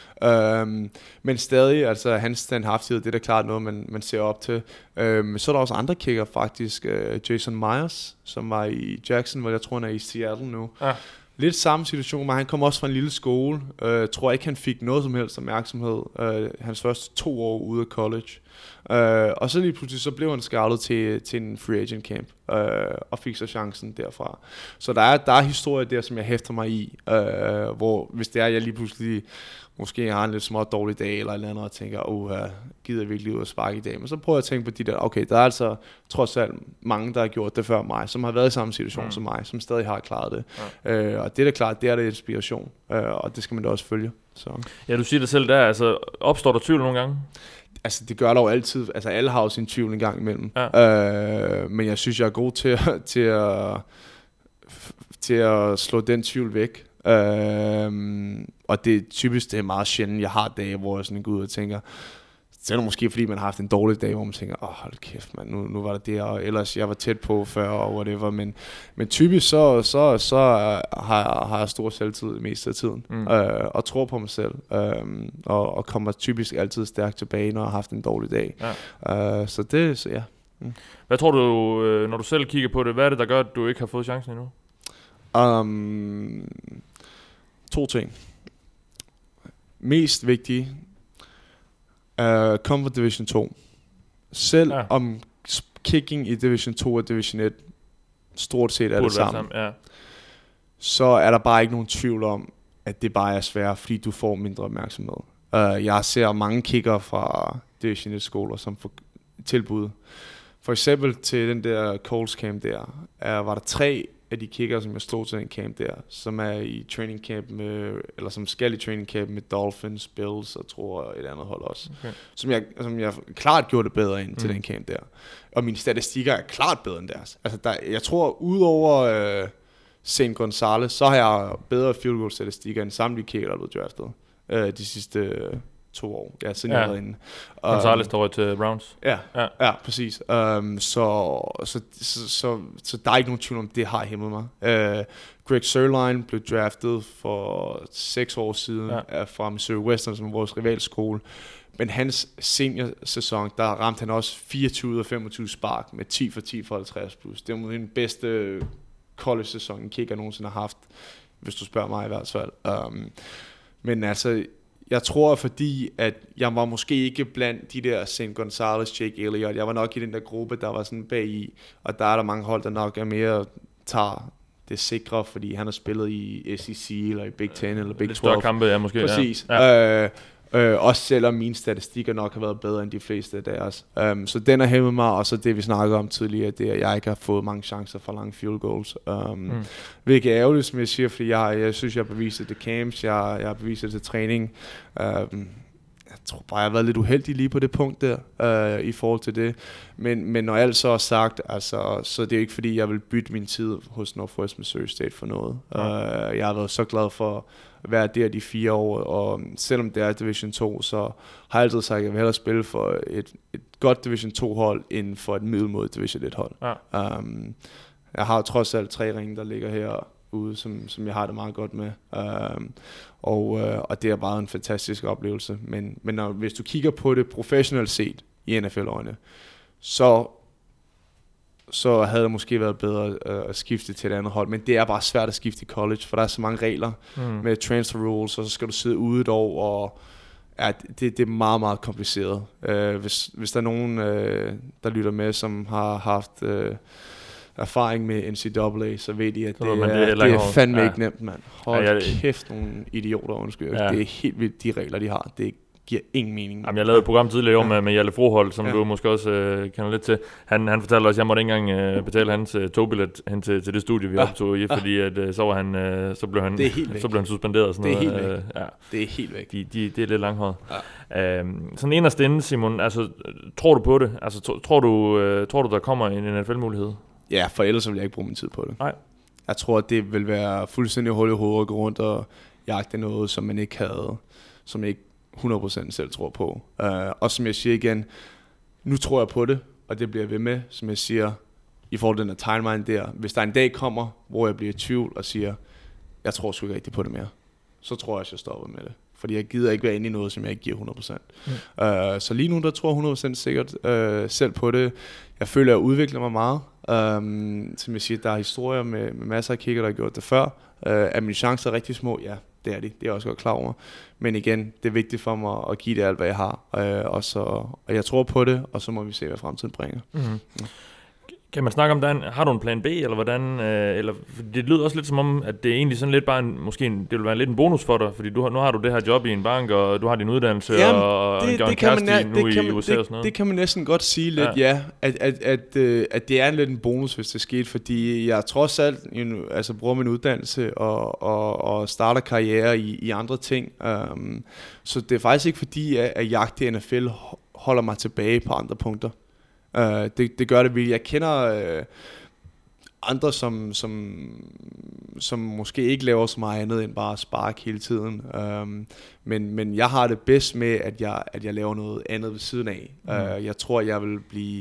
Um, men stadig, altså hans standhaftighed, det er da klart noget, man, man ser op til. Um, så er der også andre kicker faktisk. Uh, Jason Myers, som var i Jackson, hvor jeg tror, han er i Seattle nu. Ja. Lidt samme situation, men han kom også fra en lille skole. Jeg uh, tror ikke, han fik noget som helst opmærksomhed. Uh, hans første to år ude af college. Uh, og så lige pludselig så blev han scoutet til, til en free agent camp uh, og fik så chancen derfra. Så der er, der er historier der, som jeg hæfter mig i, uh, hvor hvis det er, jeg lige pludselig måske har en lidt småt dårlig dag eller et eller andet, og tænker, åh, uh, gider jeg virkelig ud at sparke i dag? Men så prøver jeg at tænke på de der, okay, der er altså trods alt mange, der har gjort det før mig, som har været i samme situation mm. som mig, som stadig har klaret det. Ja. Uh, og det er da klart, det er der inspiration, uh, og det skal man da også følge. Så. Ja, du siger det selv der, altså opstår der tvivl nogle gange? Altså, det gør der jo altid. Altså, alle har jo sin tvivl en gang imellem. Ja. Øh, men jeg synes, jeg er god til, til, at, til at slå den tvivl væk. Øh, og det er typisk, det er meget sjældent, jeg har dage, hvor jeg sådan går ud og tænker, så er det måske, fordi man har haft en dårlig dag, hvor man tænker, åh, oh, hold kæft, man, nu, nu var det det, og ellers jeg var tæt på før, og whatever. Men, men typisk, så, så, så har, har jeg stor selvtid mest af tiden, mm. øh, og tror på mig selv, øh, og, og kommer typisk altid stærkt tilbage, når jeg har haft en dårlig dag. Ja. Øh, så det, så ja. Mm. Hvad tror du, når du selv kigger på det, hvad er det, der gør, at du ikke har fået chancen endnu? Um, to ting. Mest vigtige, Uh, kom fra Division to. Selv ja. om kicking i Division to og Division et stort set er det samme, ja. så er der bare ikke nogen tvivl om, at det bare er svært, fordi du får mindre opmærksomhed. Uh, jeg ser mange kickere fra Division et skoler, som får tilbud. For eksempel til den der Colts camp der, uh, var der tre af de kickere, som jeg stod til den camp der, som er i training camp med, eller som skal i training camp med Dolphins, Bills og tror et andet hold også. Okay. Som jeg, som jeg klart gjorde det bedre ind til mm. den camp der. Og mine statistikker er klart bedre end deres. Altså der, jeg tror, udover uh, Saint Gonzalez, så har jeg bedre field goal statistikker end samtlige kicker, der er blevet draftet uh, de sidste uh, to år. Ja, siden ja. jeg har været inde. Gonzalez står til Browns. Ja, ja. ja præcis. Um, så, så, så, så, så der er ikke nogen tvivl om, det har hæmmet mig. Uh, Greg Zuerlein blev draftet for seks år siden ja. fra Missouri Western, som vores rivalskole. Men hans seniorsæson, der ramte han også fireogtyve ud af femogtyve spark med ti for ti for halvtreds plus. Det var den bedste college-sæson, en kicker nogensinde har haft, hvis du spørger mig i hvert fald. Um, men altså, jeg tror, fordi at jeg var måske ikke blandt de der Saint Gonzalez, Jake Elliott. Jeg var nok i den der gruppe, der var sådan bag i. Og der er der mange hold, der nok er mere tager det sikre, fordi han har spillet i S E C eller i Big Ten eller Big tolv. Større kampe, ja, måske. Præcis. Ja. Øh, øh, også selvom mine statistikker nok har været bedre end de fleste af deres. Um, så den har hæmmet mig, og så det vi snakkede om tidligere, det er, at jeg ikke har fået mange chancer for lange field goals. Um, mm. Hvilket er ærgerligt, som jeg siger, fordi jeg, jeg synes, jeg har bevist det til camps, jeg, jeg har bevist det til træning. Um, jeg tror bare, jeg har været lidt uheldig lige på det punkt der, uh, i forhold til det. Men, men når alt så er sagt, altså, så det er ikke fordi, jeg vil bytte min tid hos Northwest Missouri State for noget. Mm. Uh, jeg har været så glad for at være der de fire år, og selvom det er Division to, så har jeg altid sagt, at jeg vil hellere spille for et, et godt Division to hold, end for et middelmådigt Division et hold. Ja. Um, jeg har trods alt tre ringe, der ligger herude, som, som jeg har det meget godt med. Um, og, uh, og det er bare en fantastisk oplevelse. Men, men når, hvis du kigger på det professionelt set i N F L-øjne, så så havde det måske været bedre øh, at skifte til et andet hold. Men det er bare svært at skifte i college, for der er så mange regler mm. med transfer rules, og så skal du sidde ude et år, og ja, det, det er meget, meget kompliceret. Øh, hvis, hvis der er nogen, øh, der lytter med, som har haft øh, erfaring med N C A A, så ved de, at det, det, er, det er fandme ja. ikke nemt, mand. Hold ja, ja, kæft, nogle idioter, undskyld. Ja. Det er helt vildt, de regler, de har. Det er giver ingen mening. Jamen, jeg lavede et program tidligere ja. med, med Jalle Froholt, som ja. du måske også øh, kender lidt til. Han, han fortalte også, at jeg måtte ikke engang øh, betale hans øh, togbillet hen til, til det studie, vi ja. optog i, fordi at, øh, så, var han, øh, så, blev han, så blev han suspenderet. Og sådan det er noget. helt væk. Øh, ja. Det er helt væk. De, de, det er lidt langhåret. Ja. Øhm, sådan en af stænden, Simon, altså, tror du på det? Altså, to, tror, du, øh, tror du, der kommer en N F L-mulighed? Ja, for ellers vil jeg ikke bruge min tid på det. Nej. Jeg tror, at det vil være fuldstændig hul i hovedet at gå rundt og jagte noget, som man ikke havde, som ikke hundrede procent selv tror på. Uh, og som jeg siger igen, nu tror jeg på det, og det bliver jeg ved med, som jeg siger, i forhold til den her timeline der. Hvis der en dag kommer, hvor jeg bliver i tvivl og siger, jeg tror sgu ikke rigtig på det mere, så tror jeg, at jeg stopper med det. Fordi jeg gider ikke være inde i noget, som jeg ikke giver hundrede procent. Mm. Uh, så lige nu, der tror jeg hundrede procent sikkert uh, selv på det. Jeg føler, at jeg udvikler mig meget. Um, som jeg siger, der er historier med, med masser af kicker, der har gjort det før. Uh, er mine chancer rigtig små? Ja, det er de. Det er jeg også godt klar over. Men igen, det er vigtigt for mig at give det alt, hvad jeg har. Uh, og, så, og jeg tror på det, og så må vi se, hvad fremtiden bringer. Mm-hmm. Mm. Kan man snakke om, den, har du en plan B, eller hvordan, øh, eller, det lyder også lidt som om, at det er egentlig sådan lidt bare en, måske en, det vil være lidt en bonus for dig, fordi du har, nu har du det her job i en bank, og du har din uddannelse, Jamen, og det, en, det kan man, nu det i kan man, U S A det, og sådan noget. Det kan man næsten godt sige lidt, ja, ja at, at, at, at, at det er lidt en bonus, hvis det skete, fordi jeg trods alt altså, bruger min uddannelse og, og, og starter karriere i, i andre ting, um, så det er faktisk ikke fordi, at, at jagt i N F L holder mig tilbage på andre punkter. Uh, det, det gør det vildt. Jeg kender... Uh, andre, som, som, som måske ikke laver så meget andet end bare at sparke hele tiden. Um, men, men jeg har det bedst med, at jeg, at jeg laver noget andet ved siden af. Mm. Uh, jeg tror, jeg vil blive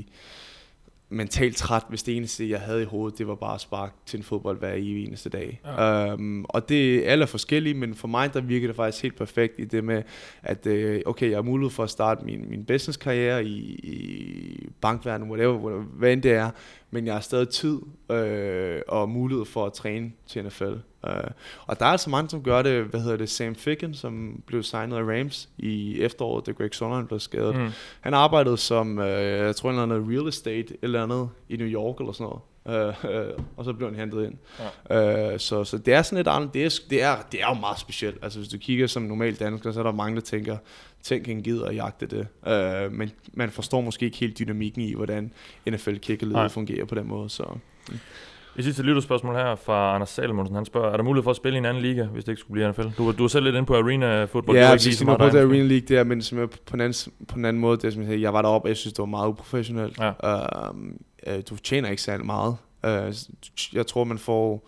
mentalt træt, hvis det eneste, jeg havde i hovedet, det var bare at sparke til en fodbold hver eneste dag. Ja. Um, og det er alle forskellige, men for mig, der virker det faktisk helt perfekt i det med, at okay, jeg har mulighed for at starte min, min business-karriere i, i bankverdenen, whatever, whatever, hvad end det er, men jeg har stadig tid øh, og mulighed for at træne til N F L. Uh, og der er altså mange, som gør det, hvad hedder det, Sam Ficken, som blev signet af Rams i efteråret, da Greg Zuerlein blev skadet. Mm. Han arbejdede som, øh, jeg tror, en eller anden real estate eller andet i New York eller sådan noget. øh, øh, og så blev han hentet ind. Ja. Øh, så, så det er sådan lidt andet, det er, det, er, det er jo meget specielt. Altså hvis du kigger som normal dansker, så er der mange, der tænker, tænk en gider at jagte det. Øh, men man forstår måske ikke helt dynamikken i, hvordan N F L-kickerledet fungerer på den måde. Så. Mm. I sidste lytterspørgsmål her fra Anders Salomonsen, han spørger, er der mulighed for at spille i en anden liga, hvis det ikke skulle blive N F L? Du, du er selv lidt inde på Arena Football. Ja, jeg synes, på det Arena League der, men som jeg, på, en anden, på en anden måde, det, som jeg, sagde, jeg var deroppe, og jeg synes, det var meget uprofessionelt. Ja. Uh, uh, du tjener ikke særlig meget. Uh, jeg tror, man får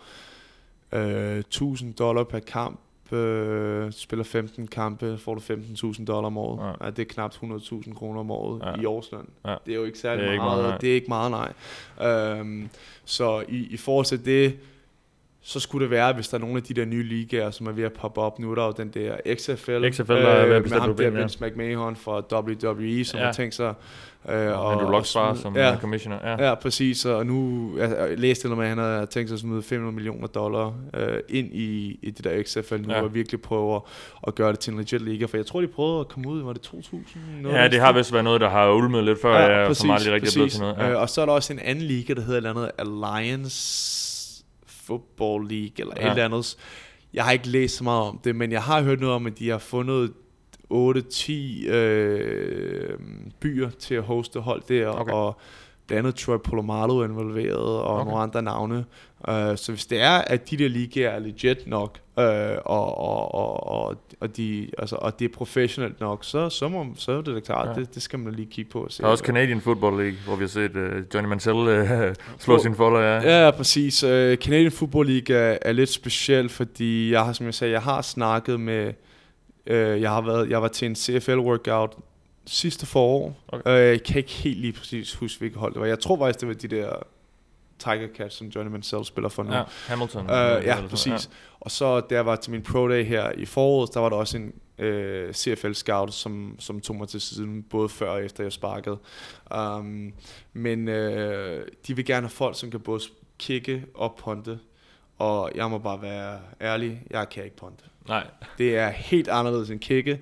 uh, tusind dollar per kamp. Uh, spiller femten kampe, får du femten tusind dollar om året. Ja. Ja, det er knap hundrede tusind kroner om året ja. i årsløn. Ja. Det er jo ikke særlig meget. meget. Nej. Det er ikke meget, nej. Um, så i, i forhold til det, så skulle det være, hvis der er nogle af de der nye ligaer, som er ved at poppe op. Nu er der jo den der X F L, X F L øh, med ham der, Vince McMahon fra W W E, som ja. har tænkt sig... Øh, og Andrew Luxbar som ja, commissioner. Ja. ja, præcis. Og nu jeg læste noget med, at han har tænkt sig at smide fem hundrede millioner dollar øh, ind i, i det der X F L nu, ja. og virkelig prøver at gøre det til en legit liga. For jeg tror, de prøvede at komme ud, var det to tusind? Ja, det har vist været noget, der har ulmet lidt før, ja, præcis, som aldrig rigtig er blevet til noget. Ja. Øh, og så er der også en anden liga, der hedder et eller andet Alliance Football League, eller ja. et eller andet. Jeg har ikke læst så meget om det, men jeg har hørt noget om, at de har fundet otte ti øh, byer til at hoste hold der, okay. og blandt andet Troy Polamalu er involveret, og okay. nogle andre navne. Uh, så hvis det er, at de der ligaer er legit nok, uh, og, og, og, og, og, de, altså, og det er professionelt nok, så, så, må, så er det da klart, ja. det, det skal man lige kigge på. Der er også Canadian Football League, hvor vi har set uh, Johnny Manziel uh, slå sin folder. Ja, ja præcis. Uh, Canadian Football League er, er lidt speciel, fordi jeg har, som jeg sagde, jeg har snakket med Uh, jeg har været, jeg var til en C F L workout sidste forår. Okay. Uh, jeg kan ikke helt lige præcis huske, hvilket hold det var. Jeg tror faktisk, det var de der Tiger Cats, som Johnny Manziel spiller for nu. Ja, Hamilton. Uh, ja, præcis. Ja. Og så der var til min pro day her i foråret, der var der også en uh, C F L scout, som, som tog mig til siden, både før og efter jeg sparkede. Um, men uh, de vil gerne have folk, som kan både kicke og punte. Og jeg må bare være ærlig, jeg kan ikke punte. Nej. Det er helt anderledes end kicke,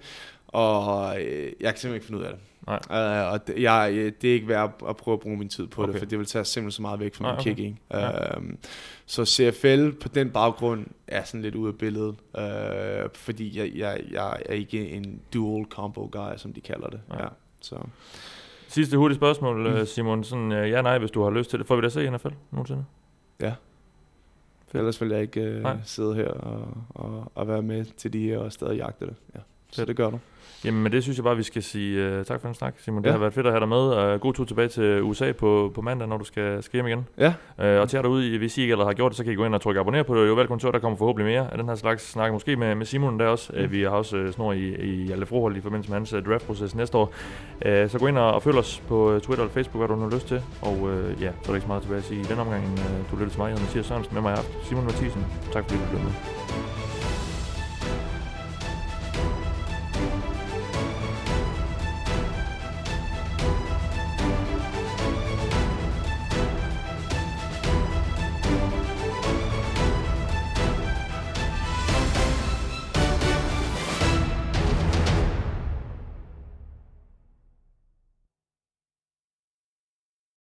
og øh, jeg kan simpelthen ikke finde ud af det. Nej. Uh, og det, jeg, det er ikke værd at prøve at bruge min tid på okay. det, for det vil tage simpelthen så meget væk fra min okay. kicking. Ja. Uh, så C F L på den baggrund er sådan lidt ude af billedet, uh, fordi jeg, jeg, jeg er ikke en dual combo guy, som de kalder det. Ja. Ja, så. Sidste hurtigt spørgsmål, mm. Simon. Sådan, uh, ja nej, hvis du har lyst til det. Får vi da se i N F L nogensinde? Ja. For ellers vil jeg ikke øh, sidde her og, og, og være med til de og stadig jagte det. Ja. Så det gør du. Jamen, men det synes jeg bare, vi skal sige uh, tak for den snak, Simon. Det ja. har været fedt at have dig med. Uh, god tur tilbage til U S A på, på mandag, når du skal, skal hjem igen. Ja. Uh, og til jer derude, hvis I ikke allerede har gjort det, så kan I gå ind og trykke abonner på det. Jo, velkommen, der kommer forhåbentlig mere af den her slags snak. Måske med, med Simon der også. Mm. Uh, vi har også uh, snor i, i alle forhold i forbindelse med hans uh, draft-proces næste år. Uh, så gå ind og, og følg os på Twitter eller Facebook, hvad du har lyst til. Og uh, ja, så er der ikke så meget tilbage at sige i den omgang. Uh, du lytter til mig, jeg hedder Mathias Sørensen, med mig i aften. Simon Mathisen, tak fordi du blev med.